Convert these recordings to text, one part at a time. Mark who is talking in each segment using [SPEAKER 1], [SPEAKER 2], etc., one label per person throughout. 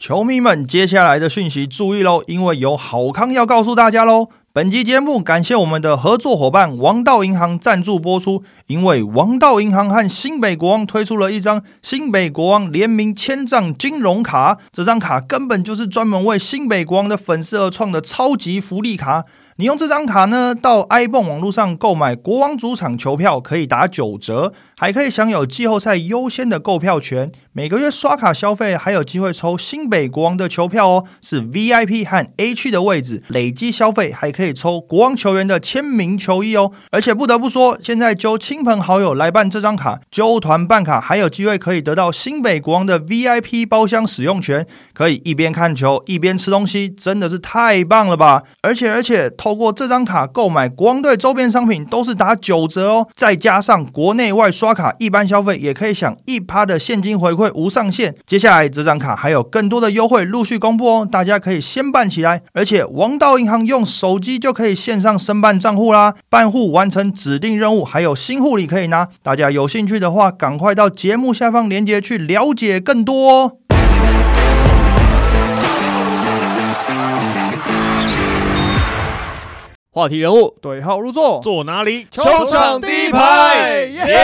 [SPEAKER 1] 球迷们，接下来的讯息注意咯，因为有好康要告诉大家咯。本期节目感谢我们的合作伙伴王道银行赞助播出，因为王道银行和新北国王推出了一张新北国王联名千丈金融卡，这张卡根本就是专门为新北国王的粉丝而创的超级福利卡。你用这张卡呢，到 iPhone 网络上购买国王主场球票可以打9折，还可以享有季后赛优先的购票权。每个月刷卡消费还有机会抽新北国王的球票哦，是 VIP 和 A 区的位置，累积消费还可以抽国王球员的签名球衣哦。而且不得不说，现在揪亲朋好友来办这张卡，揪团办卡还有机会可以得到新北国王的 VIP 包厢使用权，可以一边看球一边吃东西，真的是太棒了吧！而且透过这张卡购买国王队周边商品都是打9折哦，再加上国内外刷卡一般消费也可以享 1% 的现金回馈无上限。接下来这张卡还有更多的优惠陆续公布哦，大家可以先办起来。而且王道银行用手机就可以线上申办账户啦，办户完成指定任务还有新护理可以拿，大家有兴趣的话赶快到节目下方连结去了解更多哦。
[SPEAKER 2] 话题人物
[SPEAKER 1] 对号入座，
[SPEAKER 3] 坐哪里？
[SPEAKER 1] 球场第一排，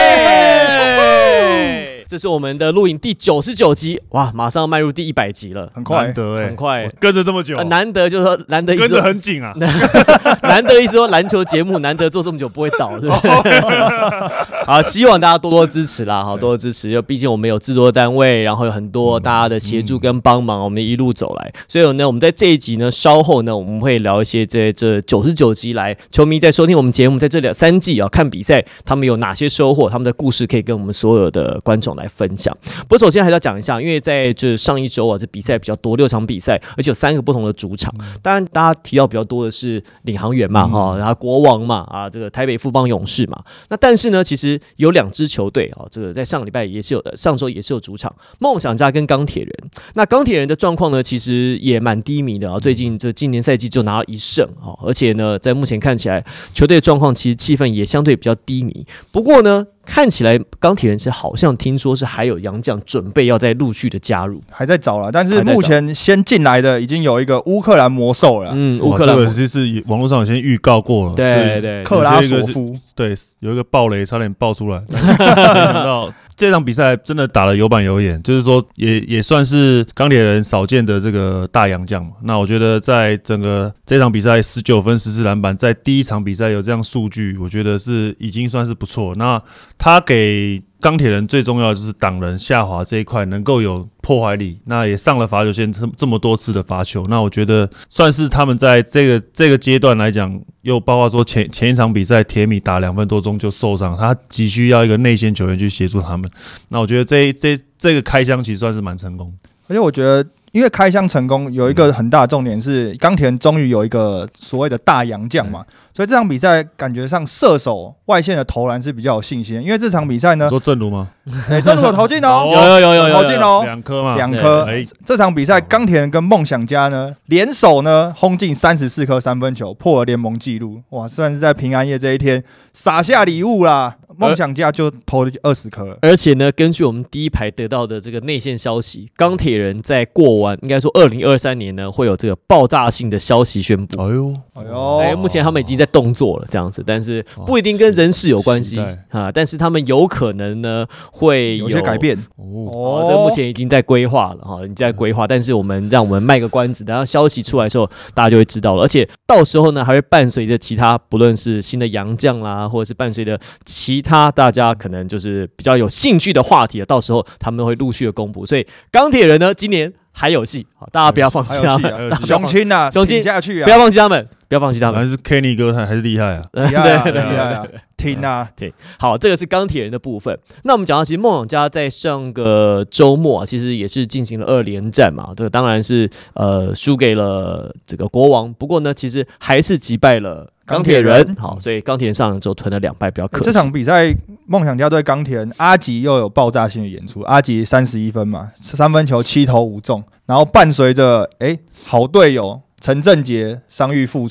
[SPEAKER 2] 耶！这是我们的录影第99集，哇，马上迈入第100集了，
[SPEAKER 1] 很快，
[SPEAKER 3] 难得
[SPEAKER 2] 很快，
[SPEAKER 3] 跟着这么久，
[SPEAKER 2] 难得就是说难得
[SPEAKER 3] 跟着很紧啊，
[SPEAKER 2] 难得意思说篮球节目难得做这么久不会倒，是不是？好，希望大家多多支持啦，好，多多支持，因为毕竟我们有制作单位，然后有很多大家的协助跟帮忙，我们一路走来，所以呢，我们在这一集呢，稍后呢，我们会聊一些这99集来球迷在收听我们节目，在这3季啊看比赛，他们有哪些收获，他们的故事可以跟我们所有的观众来分享。不过首先还是要讲一下，因为在这上一周啊，这比赛比较多，6场比赛，而且有3个不同的主场。当然，大家提到比较多的是领航员嘛，然后国王嘛，啊，这个台北富邦勇士嘛。那但是呢，其实有2支球队啊，这个在上个礼拜也是有的，上周也是有主场，梦想家跟钢铁人。那钢铁人的状况呢，其实也蛮低迷的啊，最近这今年赛季就拿了1胜啊，而且呢，在目前看起来球队的状况其实气氛也相对比较低迷。不过呢，看起来钢铁人是好像听说是还有洋将准备要再陆续的加入，
[SPEAKER 1] 还在找啦，但是目前先进来的已经有一个乌克兰魔兽了，
[SPEAKER 3] 乌克兰这个是网络上有先预告过了，
[SPEAKER 2] 对，
[SPEAKER 1] 克拉索夫，
[SPEAKER 3] 对，有一个爆雷差点爆出来，没想到这场比赛真的打得有板有眼，就是说也算是钢铁人少见的这个大洋将嘛。那我觉得在整个这场比赛19分14篮板，在第一场比赛有这样数据，我觉得是已经算是不错。那他给钢铁人最重要的就是挡人下滑这一块能够有破坏力，那也上了罚球线这么多次的罚球，那我觉得算是他们在这个阶段来讲，又包括说前一场比赛铁米打2分多钟就受伤，他急需要一个内线球员去协助他们，那我觉得这个开箱其实算是蛮成功，
[SPEAKER 1] 而且我觉得。因为开箱成功有一个很大的重点是钢铁人终于有一个所谓的大洋将嘛，所以这场比赛感觉上射手外线的投篮是比较有信心，因为这场比赛呢，
[SPEAKER 3] 你说正如吗？
[SPEAKER 1] 正如有投进哦，
[SPEAKER 2] 有
[SPEAKER 1] 投进哦
[SPEAKER 3] ，2颗嘛
[SPEAKER 1] ，2颗。这场比赛钢铁人跟梦想家呢联手呢轰进34颗3分球，破了联盟纪录，哇，算是在平安夜这一天撒下礼物啦。梦想家就投了20颗了，
[SPEAKER 2] 而且呢，根据我们第一排得到的这个内线消息，钢铁人在过完应该说2023年呢会有这个爆炸性的消息宣布。目前他们已经在动作了这样子，但是不一定跟人事有关系啊，但是他们有可能呢会
[SPEAKER 1] 有些改变
[SPEAKER 2] 这个目前已经在规划了哈，已经在规划，但是让我们卖个关子，等到消息出来的时候，大家就会知道了，而且到时候呢还会伴随着其他不论是新的洋将啦，或者是伴随着其他大家可能就是比较有兴趣的话题，到时候他们会陆续的公布，所以钢铁人呢今年还有戏，大家不要放弃他们，
[SPEAKER 1] 雄心啊，雄心下去啊，
[SPEAKER 2] 不要放弃他们，不要放弃他们，
[SPEAKER 3] 还是 Kenny 哥还是厉害啊，
[SPEAKER 1] 厉害啊，挺啊，
[SPEAKER 2] 对，好，这个是钢铁人的部分。那我们讲到，其实梦想家在上个周末其实也是进行了2连战嘛，这个当然是输给了这个国王，不过呢，其实还是击败了钢铁人，好，所以钢铁人上了之后吞了2败，比较可惜。
[SPEAKER 1] 这场比赛梦想家对钢铁人，阿吉又有爆炸性的演出，阿吉31分嘛，3分球7投5中，然后伴随着好队友陈振杰伤愈复出，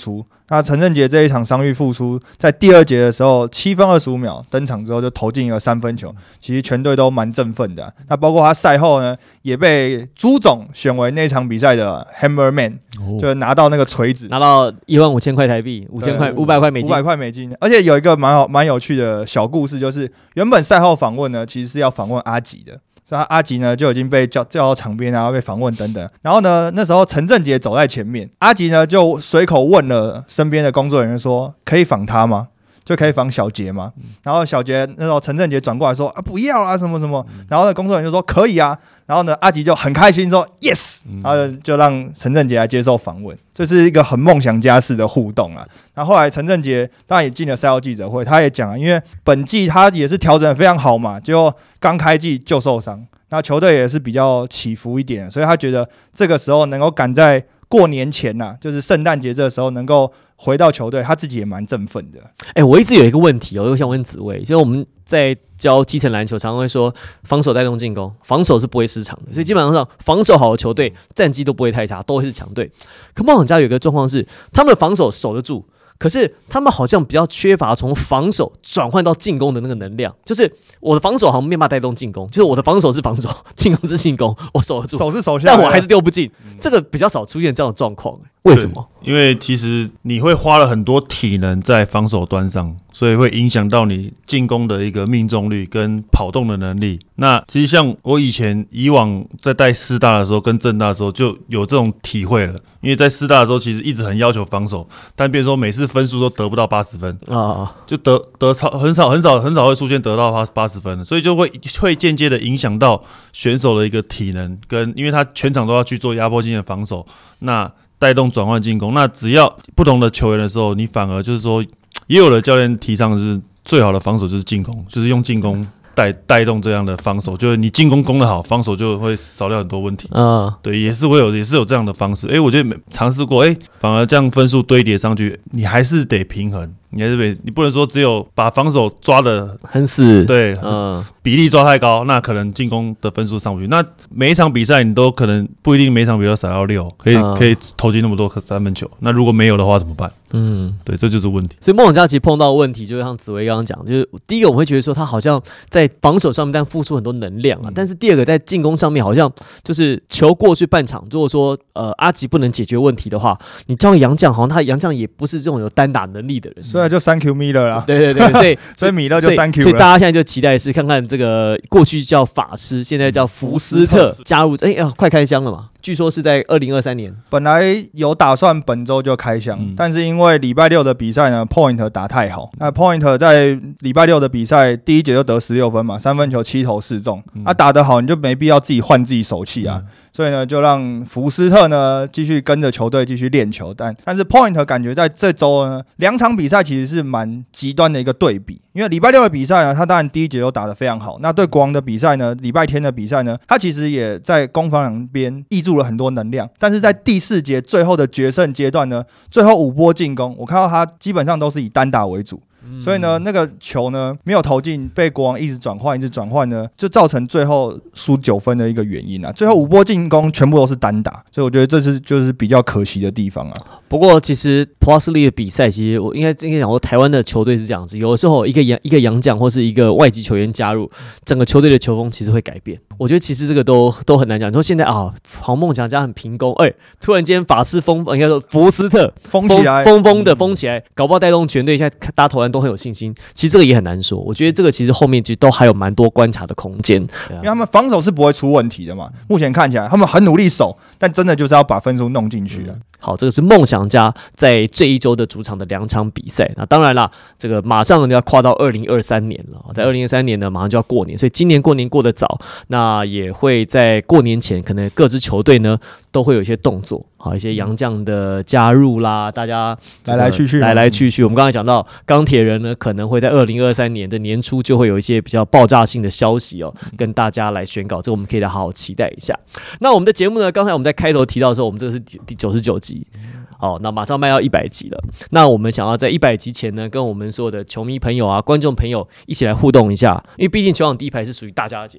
[SPEAKER 1] 那陈振杰这一场伤愈复出，在第2节的时候7分25秒登场之后就投进一个3分球，其实全队都蛮振奋的。那包括他赛后呢，也被朱总选为那场比赛的 Hammer Man，就拿到那个锤子，
[SPEAKER 2] 拿到15000块台币，5000块500块美金
[SPEAKER 1] ，500块美金。而且有一个蛮有趣的小故事，就是原本赛后访问呢，其实是要访问阿吉的。所以阿吉呢就已经被叫到场边，然后被访问等等。然后呢，那时候陈振杰走在前面，阿吉呢就随口问了身边的工作人员说：“可以访他吗？就可以访小杰吗？”然后小杰那时候陈振杰转过来说：“啊，不要啊，什么什么。”然后呢，工作人员就说：“可以啊。”然后呢，阿吉就很开心说 ：“Yes。”然后就让陈振杰来接受访问，这是一个很梦想家式的互动啊。然后后来陈振杰当然也进了赛后记者会，他也讲，因为本季他也是调整得非常好嘛，结果刚开季就受伤，那球队也是比较起伏一点，所以他觉得这个时候能够赶在过年前呐，就是圣诞节这个时候能够回到球队，他自己也蛮振奋的。
[SPEAKER 2] 我一直有一个问题我想问紫薇，就是我们在教基层篮球，常常会说防守带动进攻，防守是不会失常的，所以基本上防守好的球队战绩都不会太差，都会是强队。可梦想家有一个状况是，他们的防守守得住，可是他们好像比较缺乏从防守转换到进攻的那个能量，就是我的防守好像没办法带动进攻，就是我的防守是防守，进攻是进攻，我守得住，
[SPEAKER 1] 手是手下来，
[SPEAKER 2] 但我还是丢不进，这个比较少出现这样的状况，为什么？
[SPEAKER 3] 因为其实你会花了很多体能在防守端上，所以会影响到你进攻的一个命中率跟跑动的能力。那其实像我以往在带师大的时候跟政大的时候就有这种体会了，因为在师大的时候其实一直很要求防守，但变成说每次分数都得不到80分啊，就得很少会出现得到80分的，所以就会间接的影响到选手的一个体能跟，因为他全场都要去做压迫性的防守，那带动转换进攻，那只要不同的球员的时候，你反而就是说，也有的教练提倡的是最好的防守就是进攻，就是用进攻带动这样的防守，就是你进攻攻得好，防守就会少掉很多问题。对，也是有这样的方式。我觉得尝试过，反而这样分数堆叠上去，你还是得平衡。你不能说只有把防守抓得
[SPEAKER 2] 很死，
[SPEAKER 3] 对，比例抓太高，那可能进攻的分数上不去。那每一场比赛你都可能不一定每一场比赛闪到6，可以投进那么多3分球。那如果没有的话怎么办？对，这就是问题。
[SPEAKER 2] 所以梦想家其实碰到的问题，就是像紫薇刚刚讲，就是第一个我们会觉得说他好像在防守上面但付出很多能量但是第二个在进攻上面好像就是球过去半场，如果说阿吉不能解决问题的话，你交给洋将，好像洋将也不是这种有单打能力的人。
[SPEAKER 1] 所以就3Q Miller 啦，
[SPEAKER 2] 对，
[SPEAKER 1] 所以米勒就3Q 了。
[SPEAKER 2] 所以大家现在就期待是看看这个过去叫法师，现在叫福斯特加入，快开箱了嘛？据说是在2023年，
[SPEAKER 1] 本来有打算本周就开箱，但是因为礼拜6的比赛呢 ，Point 打太好，那 Point 在礼拜6的比赛第一节就得16分嘛，3分球7投4中，打得好你就没必要自己换自己手气啊。所以呢，就让福斯特呢继续跟着球队继续练球，但是 Point 感觉在这周呢2场比赛其实是蛮极端的一个对比，因为礼拜6的比赛呢，他当然第一节都打得非常好，那对国王的比赛呢，礼拜天的比赛呢，他其实也在攻防两边挹注了很多能量，但是在第4节最后的决胜阶段呢，最后5波进攻，我看到他基本上都是以单打为主。所以呢，那个球呢没有投进，被国王一直转换呢，就造成最后输9分的一个原因啊。最后5波进攻全部都是单打，所以我觉得这是就是比较可惜的地方啊。
[SPEAKER 2] 不过其实 Plus League 的比赛，其实我应该讲说，台湾的球队是这样子，有的时候一个洋将或是一个外籍球员加入，整个球队的球风其实会改变。我觉得其实这个都很难讲。你说现在好梦想家很平攻，突然间法师应该说福斯特
[SPEAKER 1] 疯起来，
[SPEAKER 2] 疯起来，搞不好带动全队现在打投篮都很有信心。其实这个也很难说，我觉得这个其实后面其实都还有蛮多观察的空间，
[SPEAKER 1] 因为他们防守是不会出问题的嘛。目前看起来他们很努力守，但真的就是要把分数弄进去了。
[SPEAKER 2] 好，这个是梦想家在这一周的主场的2场比赛。那当然啦，这个马上要跨到2023年了，在2023年呢，马上就要过年，所以今年过年过得早，那也会在过年前，可能各支球队呢都会有一些动作，好，一些洋将的加入啦，大家
[SPEAKER 1] 来来去去。
[SPEAKER 2] 我们刚才讲到钢铁人呢，可能会在2023年的年初就会有一些比较爆炸性的消息跟大家来宣告，这个我们可以来好好期待一下。那我们的节目呢，刚才我们在开头提到的时候，我们这个是第99集。好，那马上迈到100集了。那我们想要在100集前呢，跟我们所有的球迷朋友观众朋友一起来互动一下，因为毕竟球场第一排是属于大家的节目。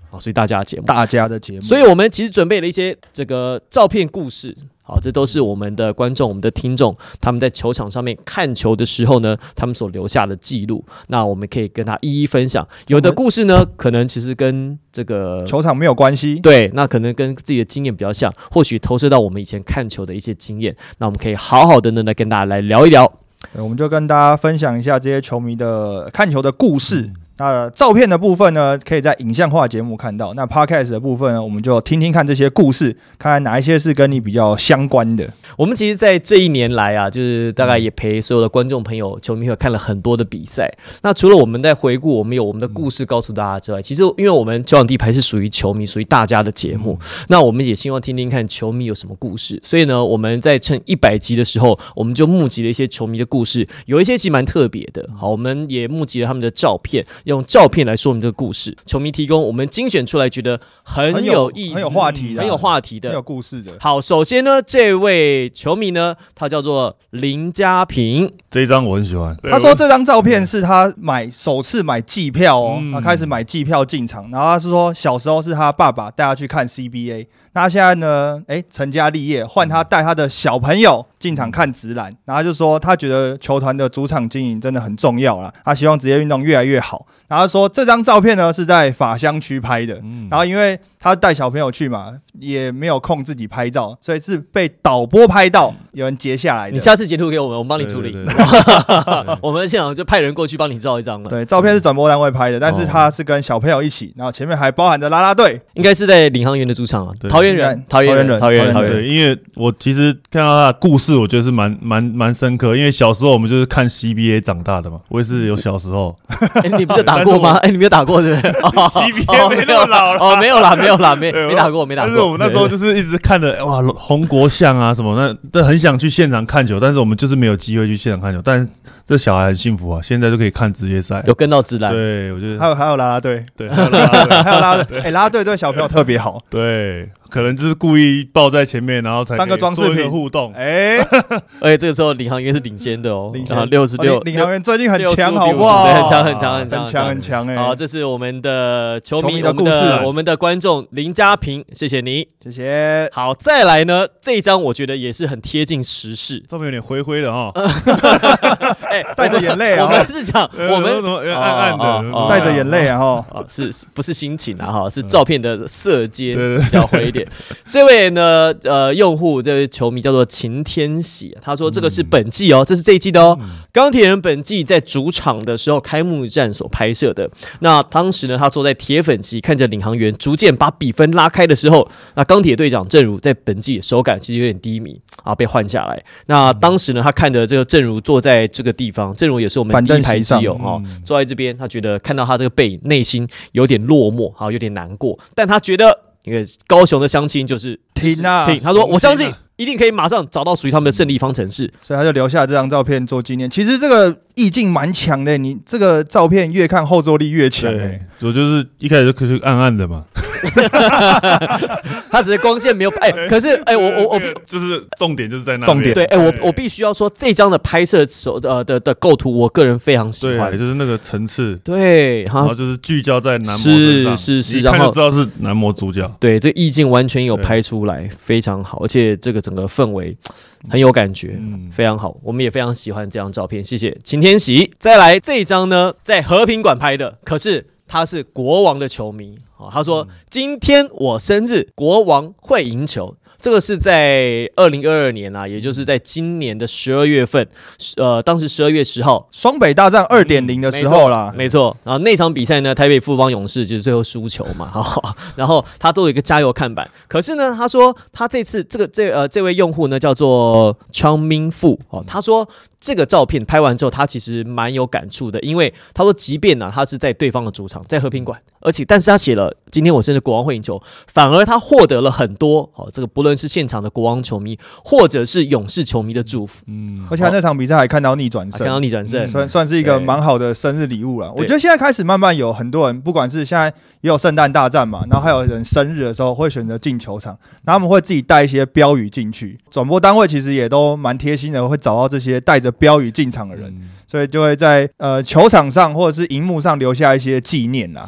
[SPEAKER 2] 属于大家的节目，
[SPEAKER 1] 大家的节目。
[SPEAKER 2] 所以我们其实准备了一些这个照片故事。好，这都是我们的观众、我们的听众，他们在球场上面看球的时候呢，他们所留下的记录。那我们可以跟他一一分享。有的故事呢，可能其实跟这个
[SPEAKER 1] 球场没有关系，
[SPEAKER 2] 对，那可能跟自己的经验比较像，或许投射到我们以前看球的一些经验。那我们可以好好的呢来跟大家来聊一聊。
[SPEAKER 1] 我们就跟大家分享一下这些球迷的看球的故事。那照片的部分呢，可以在影像化节目看到。那 Podcast 的部分呢，我们就听听看这些故事，看看哪一些是跟你比较相关的。
[SPEAKER 2] 我们其实在这一年来啊，就是大概也陪所有的观众朋友、球迷朋友看了很多的比赛。那除了我们在回顾，我们有我们的故事告诉大家之外，其实因为我们球场地牌是属于球迷、属于大家的节目，那我们也希望听听看球迷有什么故事。所以呢，我们在趁100集的时候，我们就募集了一些球迷的故事，有一些其实蛮特别的。好，我们也募集了他们的照片，用照片来说明这个故事。球迷提供，我们精选出来，觉得很有意思、
[SPEAKER 1] 很有话题的、
[SPEAKER 2] 很有话题的、
[SPEAKER 1] 很有故事的。
[SPEAKER 2] 好，首先呢，这位球迷呢，他叫做林家平。
[SPEAKER 3] 这一张我很喜欢。
[SPEAKER 1] 他说这张照片是他首次买季票哦，他开始买季票进场，然后他是说小时候是他爸爸带他去看 CBA， 那现在呢，成家立业，换他带他的小朋友进场看职篮，然后他就说他觉得球团的主场经营真的很重要啦，他希望职业运动越来越好。然后他说这张照片呢是在法香区拍的，然后因为他带小朋友去嘛，也没有空自己拍照，所以是被导播拍到，有人截下来的。
[SPEAKER 2] 你下次截图给我们，我们帮你处理。
[SPEAKER 3] 对对对
[SPEAKER 2] 我们现场就派人过去帮你照一张了。
[SPEAKER 1] 对，照片是转播单位拍的，但是他是跟小朋友一起，然后前面还包含着啦啦队，
[SPEAKER 2] 应该是在领航员的主场啊，桃园人。
[SPEAKER 3] 对，因为我其实看到他的故事，我觉得是蛮深刻，因为小时候我们就是看 CBA 长大的嘛，我也是有小时候。
[SPEAKER 2] 你不是打过吗？你没有打过对不对
[SPEAKER 3] ？CBA 没那么老了。
[SPEAKER 2] 没有啦，没打过。
[SPEAKER 3] 但是我们那时候就是一直看着哇，红国象啊什么，那很想去现场看球，但是我们就是没有机会去现场看球。但是这小孩很幸福啊，现在就可以看职业赛，
[SPEAKER 2] 有跟到职篮。
[SPEAKER 3] 对，我觉得
[SPEAKER 1] 还有啦啦队，
[SPEAKER 3] 对，还有啦啦队，
[SPEAKER 1] 啦啦队对小朋友特别好。
[SPEAKER 3] 对。可能就是故意抱在前面，然后才
[SPEAKER 1] 当个装饰品
[SPEAKER 3] 互动。
[SPEAKER 2] 而且这个时候领航员是领先的哦，然后66，
[SPEAKER 1] 领航员最近很强，好不好？
[SPEAKER 2] 对，很强
[SPEAKER 1] 哎！
[SPEAKER 2] 好，这是我们的球迷
[SPEAKER 1] 的故事，
[SPEAKER 2] 我们的观众林家平，谢谢你，
[SPEAKER 1] 谢谢。
[SPEAKER 2] 好，再来呢，这一张我觉得也是很贴近时事，
[SPEAKER 3] 照片有点灰灰的哈，
[SPEAKER 1] 带着眼泪啊！
[SPEAKER 2] 我们是讲我们
[SPEAKER 3] 暗暗的，
[SPEAKER 1] 带着眼泪啊哈，
[SPEAKER 2] 是不是心情啊哈？是照片的色阶比较灰一点。这位呢，用户这位球迷叫做秦天喜，他说这个是本季哦，这是这一季的哦。钢铁人本季在主场的时候开幕战所拍摄的。那当时呢，他坐在铁粉席看着领航员逐渐把比分拉开的时候，那钢铁队长郑如在本季手感其实有点低迷啊，被换下来。那当时呢，他看着这个郑如坐在这个地方，郑如也是我们第一排基友哦，坐在这边，他觉得看到他这个背影，内心有点落寞，好，有点难过，但他觉得。因为高雄的乡亲就是
[SPEAKER 1] 挺啊，
[SPEAKER 2] 他说我相信一定可以马上找到属于他们的胜利方程式，
[SPEAKER 1] 所以他就留下这张照片做纪念。其实这个意境蛮强的，你这个照片越看后坐力越强。
[SPEAKER 3] 我就是一开始就暗暗的嘛，
[SPEAKER 2] 他只是光线没有可是我
[SPEAKER 3] 就是重点就是在那
[SPEAKER 1] 重点
[SPEAKER 2] 对我必须要说这张的拍摄的构图，我个人非常喜欢，
[SPEAKER 3] 对，就是那个层次，
[SPEAKER 2] 对，
[SPEAKER 3] 然后就是聚焦在男模身上，
[SPEAKER 2] 是，
[SPEAKER 3] 一看就知道是男模主角，
[SPEAKER 2] 对，这意境完全有拍出来，非常好，而且这个整个氛围很有感觉，非常好，我们也非常喜欢这张照片，谢谢秦天喜。再来这一张呢，在和平馆拍的，可是他是国王的球迷，他说今天我生日，国王会赢球。这个是在2022年啊，也就是在今年的12月份，当时12月10号，
[SPEAKER 1] 双北大战 2.0 的时候啦，
[SPEAKER 2] 没错。然后那场比赛呢，台北富邦勇士就是最后输球嘛，然后他都有一个加油看板。可是呢，他说他这次这位用户呢叫做 Changmin Fu 他说这个照片拍完之后，他其实蛮有感触的，因为他说即便呢他是在对方的主场，在和平馆，但是他写了今天我生日国王会赢球，反而他获得了很多这个不论是现场的国王球迷或者是勇士球迷的祝福，
[SPEAKER 1] 而且他那场比赛还看到逆转胜，算是一个蛮好的生日礼物了。我觉得现在开始慢慢有很多人，不管是现在也有圣诞大战嘛，然后还有人生日的时候会选择进球场，然后他们会自己带一些标语进去，转播单位其实也都蛮贴心的，会找到这些带着标语进场的人，所以就会在球场上或者是荧幕上留下一些纪念啦。
[SPEAKER 2] 而且你看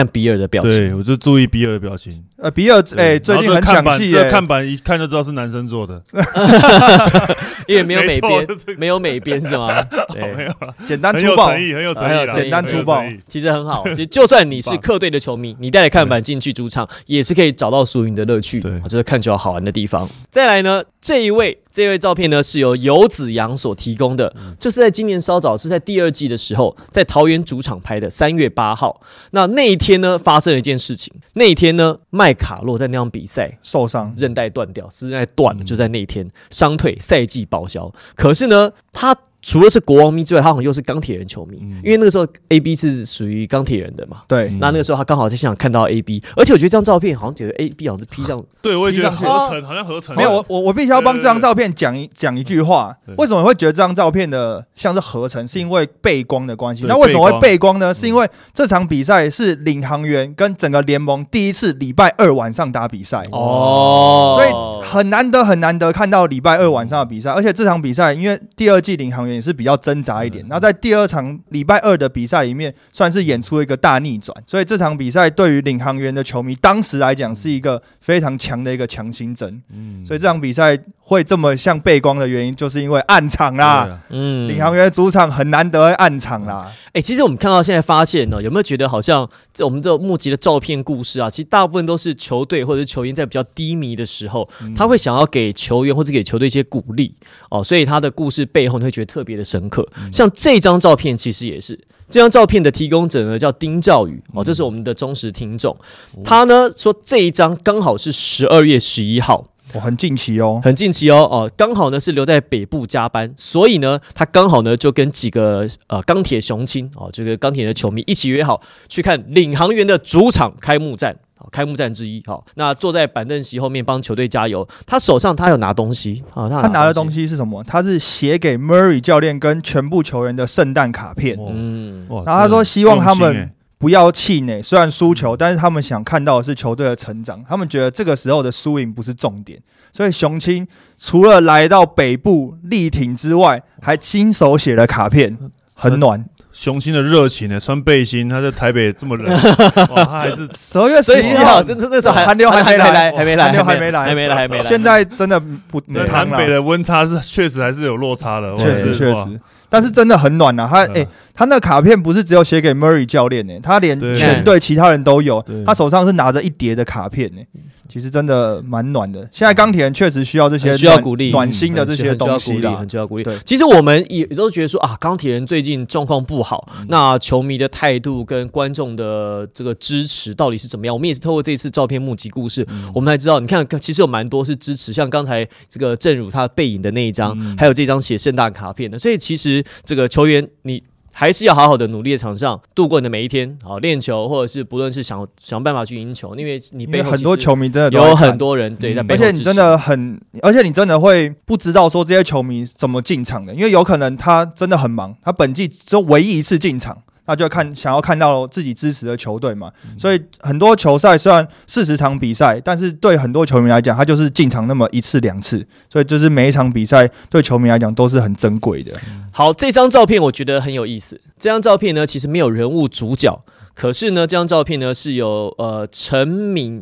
[SPEAKER 2] 比尔的表情。
[SPEAKER 3] 对，我就注意比尔的表情。
[SPEAKER 1] 比尔最近很抢戏，
[SPEAKER 3] 这看板一看就知道是男生做的，
[SPEAKER 2] 因为没有美编，没有美编是吗？对，
[SPEAKER 1] 简单粗暴，
[SPEAKER 3] 很有诚意，
[SPEAKER 1] 简单粗暴，
[SPEAKER 2] 其实很好。其实就算你是客队的球迷，你带着看板进去主场，也是可以找到输赢的乐趣。对，这是看球好玩的地方。再来呢，这一位照片呢是由游子阳所提供的，这是在今年稍早，是在第2季的时候，在桃园主场拍的，3月8号。那一天呢，发生了一件事情。那一天呢，麦卡洛在那场比赛
[SPEAKER 1] 受伤，
[SPEAKER 2] 韧带断掉，是韧带断了，就在那一天伤退，赛季报销。可是呢，他除了是国王迷之外，他好像又是钢铁人球迷，因为那个时候 AB 是属于钢铁人的嘛。
[SPEAKER 1] 对，
[SPEAKER 2] 那个时候他刚好在现场看到 AB， 而且我觉得这张照片好像觉得 AB 好像是 P 上，
[SPEAKER 3] 对我也觉得合成，好像合成。
[SPEAKER 1] 没有，我必须要帮这张照片讲一句话。为什么会觉得这张照片的像是合成？是因为背光的关系。那为什么会背光呢？是因为这场比赛是领航员跟整个联盟第一次礼拜2晚上打比赛所以很难得看到礼拜2晚上的比赛。而且这场比赛因为第2季领航员也是比较挣扎一点，然后在第2场礼拜2的比赛里面，算是演出一个大逆转，所以这场比赛对于领航员的球迷当时来讲是一个非常强的一个强心针。所以这场比赛会这么像背光的原因，就是因为暗场啦。领航员主场很难得会暗场啦。
[SPEAKER 2] 其实我们看到现在发现呢，有没有觉得好像我们这募集的照片故事啊，其实大部分都是球队或者是球员在比较低迷的时候，他会想要给球员或者给球队一些鼓励所以他的故事背后你会觉得特别的深刻。像这张照片其实也是，这张照片的提供者呢叫丁兆宇这是我们的忠实听众。他呢说这一张刚好是12月11号。
[SPEAKER 1] 很近期
[SPEAKER 2] 刚好呢是留在北部加班，所以呢他刚好呢就跟几个钢铁雄亲这个钢铁人的球迷一起约好去看领航员的主场开幕战之一。那坐在板凳席后面帮球队加油。他手上他有拿东西他
[SPEAKER 1] 拿的东西是什么？他是写给 Murray 教练跟全部球员的圣诞卡片。然后他说希望他们不要气馁，虽然输球，但是他们想看到的是球队的成长。他们觉得这个时候的输赢不是重点，所以雄青除了来到北部力挺之外，还亲手写了卡片，很暖。
[SPEAKER 3] 雄青的热情穿背心，他在台北这么冷，他还是
[SPEAKER 1] 12月11号，
[SPEAKER 2] 那时候寒流还没来，
[SPEAKER 1] 现在真的不
[SPEAKER 3] 南北的温差是确实还是有落差的，
[SPEAKER 1] 确实，但是真的很暖他那卡片不是只有写给 Murray 教练他连全队其他人都有，他手上是拿着一叠的卡片其实真的蛮暖的。现在钢铁人确实需要这些
[SPEAKER 2] 需要鼓励、
[SPEAKER 1] 暖心的这些东西啦，
[SPEAKER 2] 很需要鼓励。其实我们也都觉得说钢铁人最近状况不好，那球迷的态度跟观众的这个支持到底是怎么样？我们也是透过这一次照片募集故事，我们才知道，你看，其实有蛮多是支持，像刚才这个正如他背影的那一张，还有这张写圣诞卡片的。所以其实这个球员你还是要好好的努力的场上度过你的每一天，练球，或者是不论是想办法去赢球，因为你背后
[SPEAKER 1] 很多球迷真的
[SPEAKER 2] 有很多人在背后支持，
[SPEAKER 1] 而且你真的会不知道说这些球迷怎么进场的，因为有可能他真的很忙，他本季只有唯一一次进场。那就想要看到自己支持的球队嘛，所以很多球赛虽然40场比赛，但是对很多球迷来讲，他就是进场那么1次2次，所以就是每一场比赛对球迷来讲都是很珍贵的。
[SPEAKER 2] 好，这张照片我觉得很有意思。这张照片呢，其实没有人物主角，可是呢，这张照片呢是由陈敏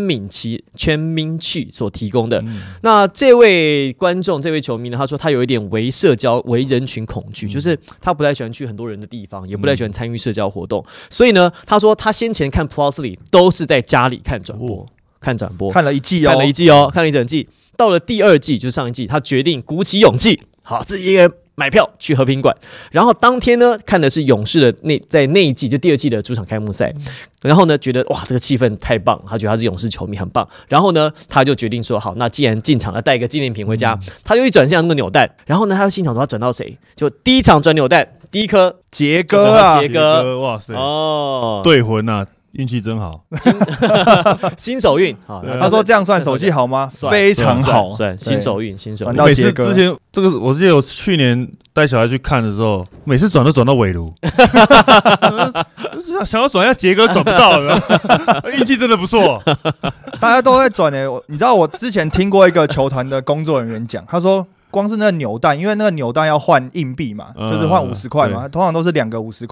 [SPEAKER 2] 琪所提供的。那这位观众、这位球迷呢，他说他有一点微社交、微人群恐惧，就是他不太喜欢去很多人的地方，也不太喜欢参与社交活动。所以呢，他说他先前看 Plusly 都是在家里看转播，看了一季哦，看了一整季。到了第2季，就是上一季，他决定鼓起勇气，好，自己一个人买票去和平馆，然后当天呢看的是勇士的在那一季就第2季的主场开幕赛，然后呢觉得哇这个气氛太棒，他觉得他是勇士球迷很棒，然后呢他就决定说好，那既然进场了带一个纪念品回家，他就一转向那个扭蛋，然后呢他就心想说他转到谁，就第一场转扭蛋第一颗
[SPEAKER 1] 杰哥，
[SPEAKER 3] 哇塞对魂啊，运气真好，
[SPEAKER 2] 新手运
[SPEAKER 1] 他说这样算手气好吗？非常好，
[SPEAKER 2] 新手运。
[SPEAKER 3] 每次之前这个，我记得我去年带小孩去看的时候，每次转都转到尾卢，想要转一下杰哥转不到了，运气真的不错。
[SPEAKER 1] 大家都在转你知道我之前听过一个球团的工作人员讲，他说光是那个扭蛋，因为那个扭蛋要换硬币嘛，就是换50块嘛，通常都是2个50块。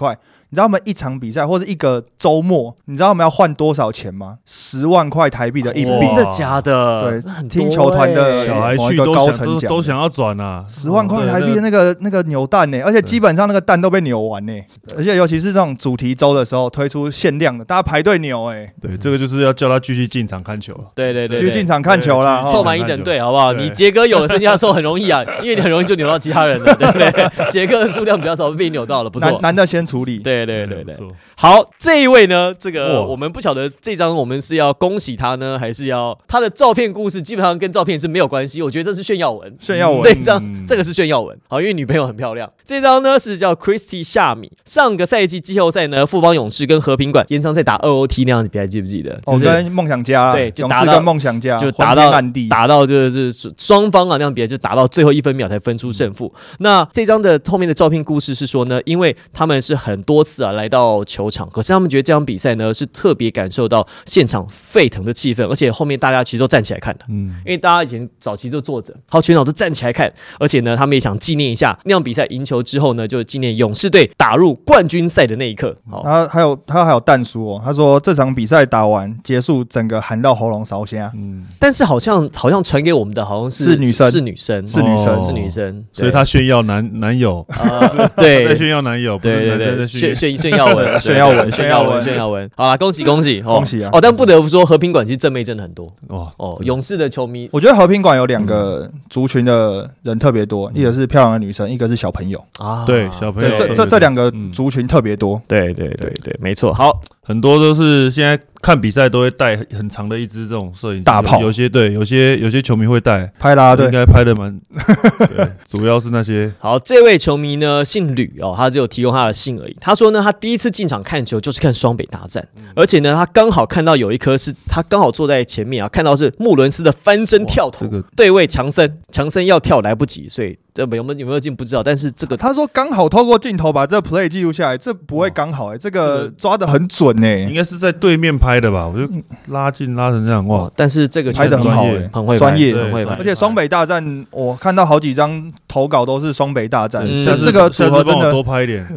[SPEAKER 1] 你知道他们一场比赛或是一个周末，你知道他们要换多少钱吗？10万块台币的硬币。
[SPEAKER 2] 真的假的？
[SPEAKER 1] 对，听球团的
[SPEAKER 3] 小孩去都想要转啊
[SPEAKER 1] ，10万块台币的那个扭蛋呢，而且基本上那个蛋都被扭完呢，而且尤其是这种主题周的时候推出限量的，大家排队扭哎。
[SPEAKER 3] 对，这个就是要叫他继续进场看球。
[SPEAKER 2] 对，
[SPEAKER 1] 继续进场看球啦，
[SPEAKER 2] 凑满一整队好不好？你杰哥有了，剩下凑很容易啊，因为你很容易就扭到其他人了，对不对？杰哥的数量比较少，被你扭到了，不错。
[SPEAKER 1] 难得先处理。
[SPEAKER 2] 对。好，这一位呢，这个我们不晓得这张我们是要恭喜他呢，还是要他的照片故事基本上跟照片是没有关系，我觉得这是炫耀文。这张这个是炫耀文，好，因为女朋友很漂亮。这张呢是叫 Christy 夏米，上个赛季季后赛呢，富邦勇士跟和平馆延长赛打2OT 那样子比赛，记不记得？
[SPEAKER 1] 就是跟梦想家，
[SPEAKER 2] 对，就
[SPEAKER 1] 勇士跟梦想家，
[SPEAKER 2] 就打到就是双方啊那样比赛就打到最后1分秒才分出胜负。那这张的后面的照片故事是说呢，因为他们是很多次来到球场，可是他们觉得这场比赛呢是特别感受到现场沸腾的气氛，而且后面大家其实都站起来看的，因为大家以前早期就坐着，好，全场都站起来看，而且呢他们也想纪念一下那场比赛赢球之后呢，就纪念勇士队打入冠军赛的那一刻。
[SPEAKER 1] 他还有弹书哦，他说这场比赛打完结束，整个喊到喉咙烧瞎。
[SPEAKER 2] 但是好像传给我们的好像是女生，
[SPEAKER 3] 所以他炫耀男友，
[SPEAKER 2] 对，
[SPEAKER 3] 在炫耀男友，
[SPEAKER 2] 对，炫耀文，好啦，恭喜啊！但不得不说，和平馆其实正妹真的很多勇士的球迷，
[SPEAKER 1] 我觉得和平馆有2个族群的人特别多，一个是漂亮的女生，一个是小朋友
[SPEAKER 3] 啊，对，小朋友，
[SPEAKER 1] 这2个族群特别多，
[SPEAKER 2] 对，没错，好，
[SPEAKER 3] 很多都是现在看比赛都会带很长的一支这种摄影机，
[SPEAKER 1] 大炮，
[SPEAKER 3] 有些球迷会带
[SPEAKER 1] 拍啦，对，
[SPEAKER 3] 应该拍的蛮，对，主要是那些。
[SPEAKER 2] 好，这位球迷呢姓吕哦，他只有提供他的姓而已。他说呢，他第一次进场看球就是看双北大战，而且呢，他刚好看到有一颗是他刚好坐在前面啊，看到是穆伦斯的翻身跳投，对位强森要跳来不及，所以这有没有进不知道，但是这个
[SPEAKER 1] 他说刚好透过镜头把这个 play 记录下来，这不会刚好这个抓得很准
[SPEAKER 3] 应该是在对面拍的吧？我就拉近拉成这样哇！
[SPEAKER 2] 但是这个
[SPEAKER 1] 拍得很好
[SPEAKER 2] 很会
[SPEAKER 1] 专业，
[SPEAKER 2] 很会拍，
[SPEAKER 1] 而且双北大战我看到好几张投稿都是双北大战，
[SPEAKER 3] 这
[SPEAKER 1] 个组合真的
[SPEAKER 3] 多拍一点。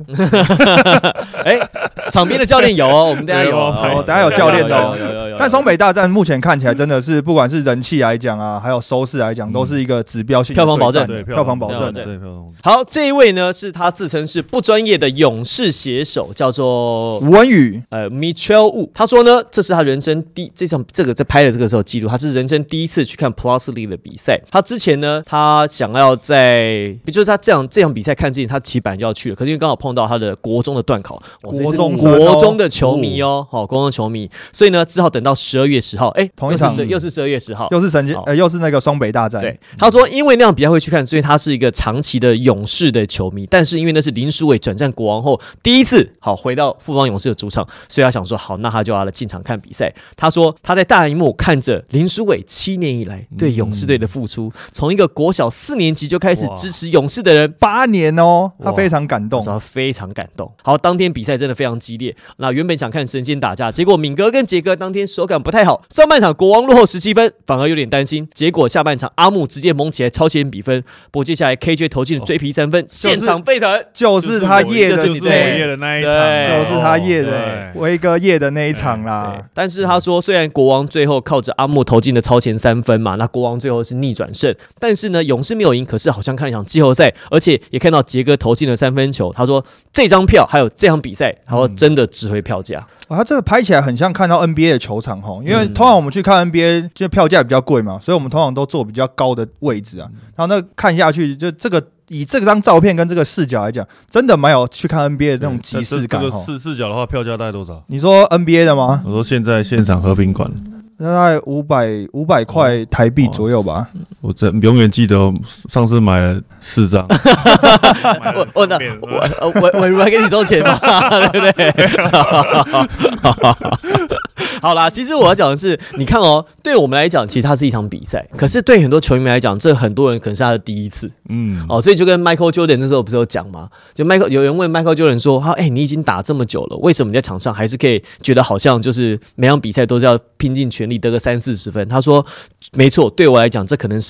[SPEAKER 2] 场边的教练有哦，我们等一下有
[SPEAKER 1] 等一下有教练的哦。但双北大战目前看起来真的是，不管是人气来讲啊，还有收视来讲，都是一个指标性的
[SPEAKER 2] 票房保证，
[SPEAKER 1] 票房保证。
[SPEAKER 2] 好，这一位呢是他自称是不专业的勇士写手，叫做
[SPEAKER 1] 吴文宇
[SPEAKER 2] ，Michelle Wu。他说呢，这是他人生这个在拍的这个时候记录，他是人生第一次去看 Plus League 的比赛。他之前呢，他想要就是他这场比赛看之前，他其实本来就要去了，可是因为刚好碰到他的国中的段考，国中的球迷国中的球迷，所以呢，只好等到12月10号，
[SPEAKER 1] 同一场
[SPEAKER 2] 又是12月10号，
[SPEAKER 1] 又是那个双北大战。
[SPEAKER 2] 对，他说因为那场比赛会去看，所以他是一个长期的勇士的球迷，但是因为那是林书伟转战国王后第一次回到富邦勇士的主场，所以他想说好，那他就要来进场看比赛。他说他在大荧幕看着林书伟7年以来对勇士队的付出，从一个国小4年级就开始支持勇士的人
[SPEAKER 1] 8年哦，他非常感动，
[SPEAKER 2] 他非常感动。好，当天比赛真的非常激烈，那原本想看神仙打架，结果敏哥跟杰哥当天手感不太好，上半场国王落后17分，反而有点担心，结果下半场阿木直接猛起来超前比分，不过接下来 KJ 投进了追平3分，现场沸腾，
[SPEAKER 1] 就是他夜的，
[SPEAKER 3] 就是我夜的那一场，
[SPEAKER 1] 就是他夜的威哥夜的那一场啦。
[SPEAKER 2] 但是他说，虽然国王最后靠着阿木投进了超前3分嘛，那国王最后是逆转胜，但是呢，勇士没有赢，可是好像看了一场季后赛，而且也看到杰哥投进了3分球。他说这张票还有这场比赛，他说真的值回票价。
[SPEAKER 1] 他这个拍起来很像看到 NBA 的球场因为通常我们去看 NBA 就票价比较贵嘛，所以我们通常都坐比较高的位置啊，然后那看下去就这个。以这张照片跟这个视角来讲，真的蛮有去看 NBA 的那种即视感。
[SPEAKER 3] 这个视角的话，票价大概多少？
[SPEAKER 1] 你说 NBA 的吗？
[SPEAKER 3] 我说现在现场和平馆
[SPEAKER 1] 大概500块台币左右吧。
[SPEAKER 3] 我永远记得上次买了4张。
[SPEAKER 2] 我如来给你收钱嘛，对不对？好啦，其实我要讲的是，你看对我们来讲，其实它是一场比赛，可是对很多球迷来讲，这很多人可能是他的第一次，所以就跟 Michael Jordan 那时候不是有讲吗？就有人问 Michael Jordan 说，你已经打这么久了，为什么你在场上还是可以觉得好像就是每场比赛都是要拼尽全力得个30-40分？他说，没错，对我来讲，这可能是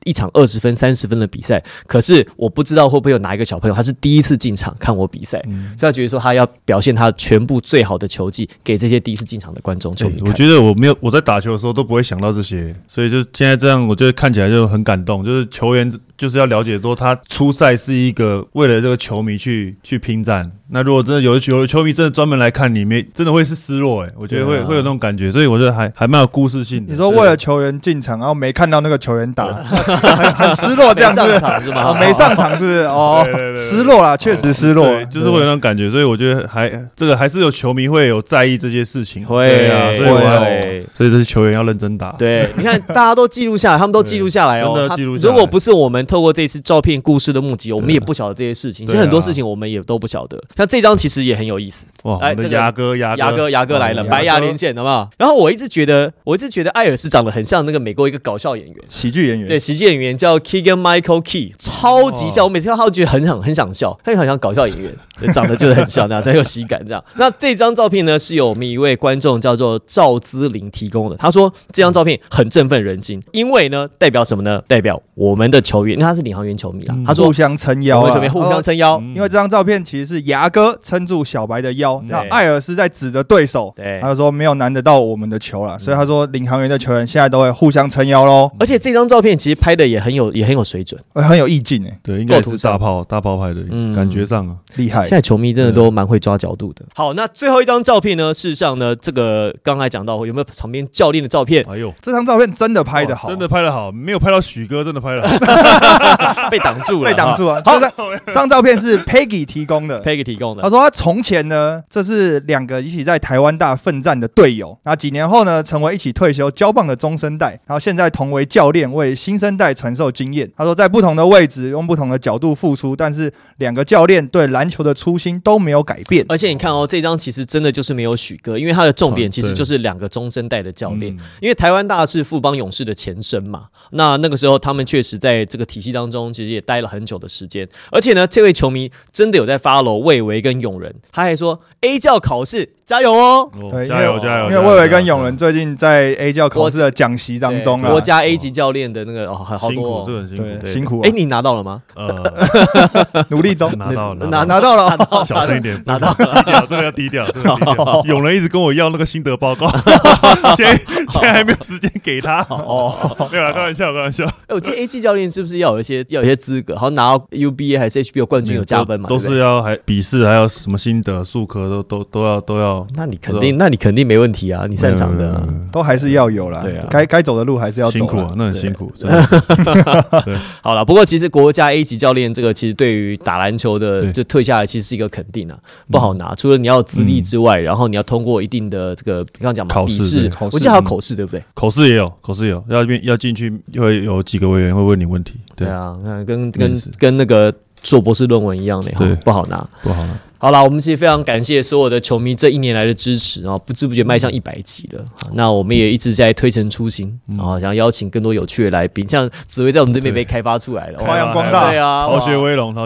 [SPEAKER 2] 一场20分、30分的比赛，可是我不知道会不会有哪一个小朋友他是第一次进场看我比赛，所以他觉得说他要表现他全部最好的球技给这些第一次进场的观众球迷看。
[SPEAKER 3] 我觉得我在打球的时候都不会想到这些，所以就现在这样，我觉得看起来就很感动。就是球员就是要了解说，他出赛是一个为了这个球迷去拼战。那如果真的有球迷真的专门来看你，真的会是失落我觉得会有那种感觉，所以我觉得还蛮有故事性的。
[SPEAKER 1] 你说为了球员进场，然后没看到那个球员打，很失落这样子，
[SPEAKER 2] 没上场是吗？
[SPEAKER 1] 没上场是不是？对，失落啦，确实失落，
[SPEAKER 3] 对，就是会有那种感觉，所以我觉得这个还是有球迷会有在意这些事情，
[SPEAKER 2] 会
[SPEAKER 3] 啊，所以这些球员要认真打。
[SPEAKER 2] 对，你看大家都记录下来，他们都记录下来
[SPEAKER 3] 真的记录下来。
[SPEAKER 2] 如果不是我们透过这次照片故事的募集，我们也不晓得这些事情。其实很多事情我们也都不晓得。像这张其实也很有意思。
[SPEAKER 3] 哇，我们的牙哥
[SPEAKER 2] 来了，白牙连线，好不好？然后我一直觉得艾尔斯长得很像那个美国一个搞笑演员，
[SPEAKER 1] 喜剧演员，
[SPEAKER 2] 对，喜剧演员叫 Keegan Michael Key， 超级像。我每次看到他觉得很想笑，他很像搞笑演员，长得就是很像那样，才有喜感这样。那这张照片呢，是由我们一位观众叫做赵姿玲提供的。他说这张照片很振奋人心，因为呢代表什么呢？代表我们的球员，因为他是领航员球迷啦。他说
[SPEAKER 1] 互相撑腰，
[SPEAKER 2] 我们球员互相撑腰，
[SPEAKER 1] 因为这张照片其实是牙哥撑住小白的腰，那艾尔斯在指着对手，他就说没有难得到我们的球了，所以他说领航员的球员现在都会互相撑腰咯。
[SPEAKER 2] 而且这张照片其实拍的也很有水准，
[SPEAKER 1] 很有意境
[SPEAKER 3] 对，应该是大炮拍的，感觉上
[SPEAKER 1] 厉害。
[SPEAKER 2] 现在球迷真的都蛮会抓角度的。好，那最后一张照片呢？事实上呢，这个刚才讲到有没有旁边教练的照片？
[SPEAKER 3] 哎呦，
[SPEAKER 1] 这张照片真的拍得好，
[SPEAKER 3] 真的拍得好，没有拍到许哥，真的拍得好，
[SPEAKER 2] 被挡住了，
[SPEAKER 1] 好，这张照片是 Peggy 提供的。他说他从前呢，这是2个一起在台湾大奋战的队友，那几年后呢，成为一起退休交棒的中生代，然后现在同为教练，为新生代传授经验。他说在不同的位置，用不同的角度付出，但是2个教练对篮球的初心都没有改变。
[SPEAKER 2] 而且你看这张其实真的就是没有许哥，因为他的重点其实就是2个中生代的教练，因为台湾大是富邦勇士的前身嘛，那个时候他们确实在这个体系当中其实也待了很久的时间，而且呢，这位球迷真的有在 follow 魏维跟永仁，他还说 A 教考试加油哦，
[SPEAKER 3] 加油！
[SPEAKER 1] 因为魏维跟永仁最近在 A 教考试的讲习当中
[SPEAKER 2] 国家 A 级教练的那个好多
[SPEAKER 3] 这很辛苦，
[SPEAKER 1] 对，辛苦。
[SPEAKER 2] 你拿到了吗？
[SPEAKER 1] 努力中，
[SPEAKER 3] 拿到
[SPEAKER 1] 了，
[SPEAKER 3] 小心一点，
[SPEAKER 2] 拿到了，
[SPEAKER 3] 这个要低调。永仁一直跟我要那个心得报告，现在还没有时间给他。没有啦，开玩笑。
[SPEAKER 2] 我记得 A 级教练是不是要有一些资格？好像拿到 UBA 还是 HBO 冠军有加分嘛？
[SPEAKER 3] 都是要还笔试，还有什么心得、术科都要。
[SPEAKER 2] 那你肯定没问题啊，你擅长的
[SPEAKER 1] 都还是要有啦。对啊，该走的路还是要走。
[SPEAKER 3] 辛苦啊，那很辛苦。
[SPEAKER 2] 好啦，不过其实国家 A 级教练这个其实对于打篮球的就退下来，其实是一个肯定啊，不好拿。除了你要有资历之外，然后你要通过一定的这个你刚刚讲嘛
[SPEAKER 3] 考试，
[SPEAKER 2] 我记得还有口试对不对？
[SPEAKER 3] 口试也有，要进去会有几个委员会问你问题。对
[SPEAKER 2] 啊，跟那个做博士论文一样的，不好拿。好啦，我们其实非常感谢所有的球迷这1年来的支持，然后不知不觉迈向100集了。那我们也一直在推陈出新，然后想要邀请更多有趣的来宾，像紫薇在我们这边被开发出来了，
[SPEAKER 1] 发扬光大。
[SPEAKER 2] 对啊，
[SPEAKER 3] 逃学威龙。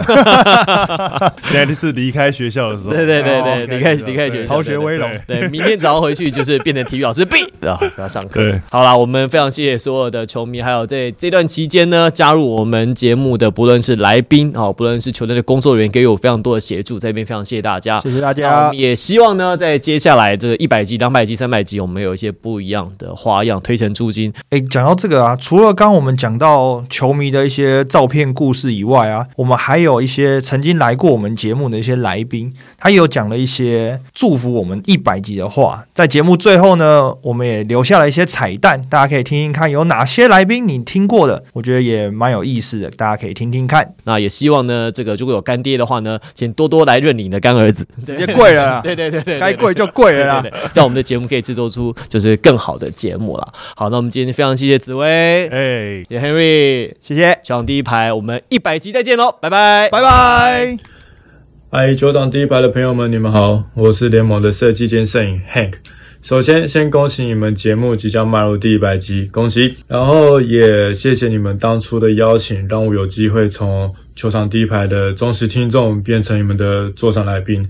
[SPEAKER 3] 现在是离开学校的时候。
[SPEAKER 2] 对，离开学校，
[SPEAKER 1] 逃学威龙。
[SPEAKER 2] 对，明天早上回去就是变成体育老师，不要上课。
[SPEAKER 3] 对，
[SPEAKER 2] 好啦，我们非常谢谢所有的球迷，还有在这段期间呢，加入我们节目的不论是来宾不论是球队的工作人员，给予我非常多的协助，在这边非常谢谢大家，
[SPEAKER 1] 谢谢大家。
[SPEAKER 2] 我们也希望呢，在接下来这个100集、200集、300集，我们有一些不一样的花样，推陈出新。
[SPEAKER 1] 讲到这个啊，除了刚刚我们讲到球迷的一些照片故事以外啊，我们还有一些曾经来过我们节目的一些来宾，他也有讲了一些祝福我们100集的话。在节目最后呢，我们也留下了一些彩蛋，大家可以听听看有哪些来宾你听过的，我觉得也蛮有意思的，大家可以听听看。
[SPEAKER 2] 那也希望呢，这个如果有干爹的话呢，请多多来认领的干儿子，
[SPEAKER 1] 直接跪了啦。
[SPEAKER 2] 对，
[SPEAKER 1] 该跪就跪了啦，
[SPEAKER 2] 让我们的节目可以制作出就是更好的节目啦。好，那我们今天非常谢谢紫薇，也 Henry，
[SPEAKER 1] 谢谢。
[SPEAKER 2] 球场第一排，我们100集再见喽，拜拜。
[SPEAKER 4] 嗨，球场第一排的朋友们，你们好，我是联盟的设计兼摄影 Hank。首先，先恭喜你们节目即将迈入第100集，恭喜！然后也谢谢你们当初的邀请，让我有机会从球场第一排的忠实听众变成你们的座上来宾。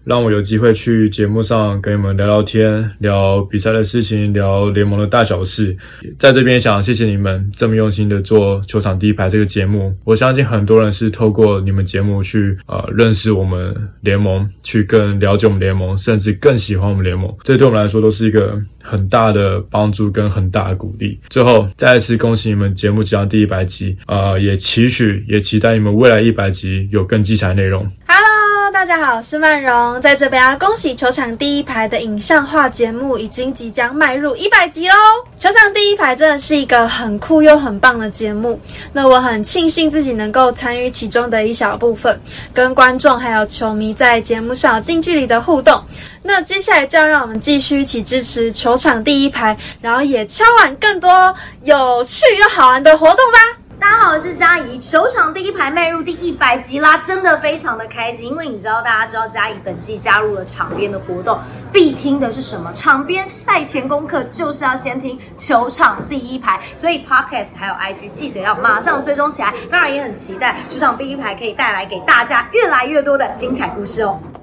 [SPEAKER 4] 让我有机会去节目上跟你们聊聊天，聊比赛的事情，聊联盟的大小事。在这边想谢谢你们这么用心的做球场第一排这个节目，我相信很多人是透过你们节目去认识我们联盟，去更了解我们联盟，甚至更喜欢我们联盟，这对我们来说都是一个很大的帮助跟很大的鼓励。最后再一次恭喜你们节目即将第100集，也期待你们未来100集有更精彩的内容。
[SPEAKER 5] 大家好，我是曼荣，在这边要恭喜球场第一排的影像化节目已经即将迈入100集咯。球场第一排真的是一个很酷又很棒的节目，那我很庆幸自己能够参与其中的一小部分，跟观众还有球迷在节目上有近距离的互动。那接下来就要让我们继续一起支持球场第一排，然后也敲碗更多有趣又好玩的活动吧。
[SPEAKER 6] 大家好，我是佳怡。球场第一排迈入第100集啦，真的非常的开心，因为大家知道佳怡本季加入了场边的活动，必听的是什么？场边赛前功课就是要先听球场第一排，所以 Podcast 还有 IG 记得要马上追踪起来。当然也很期待球场第一排可以带来给大家越来越多的精彩故事哦。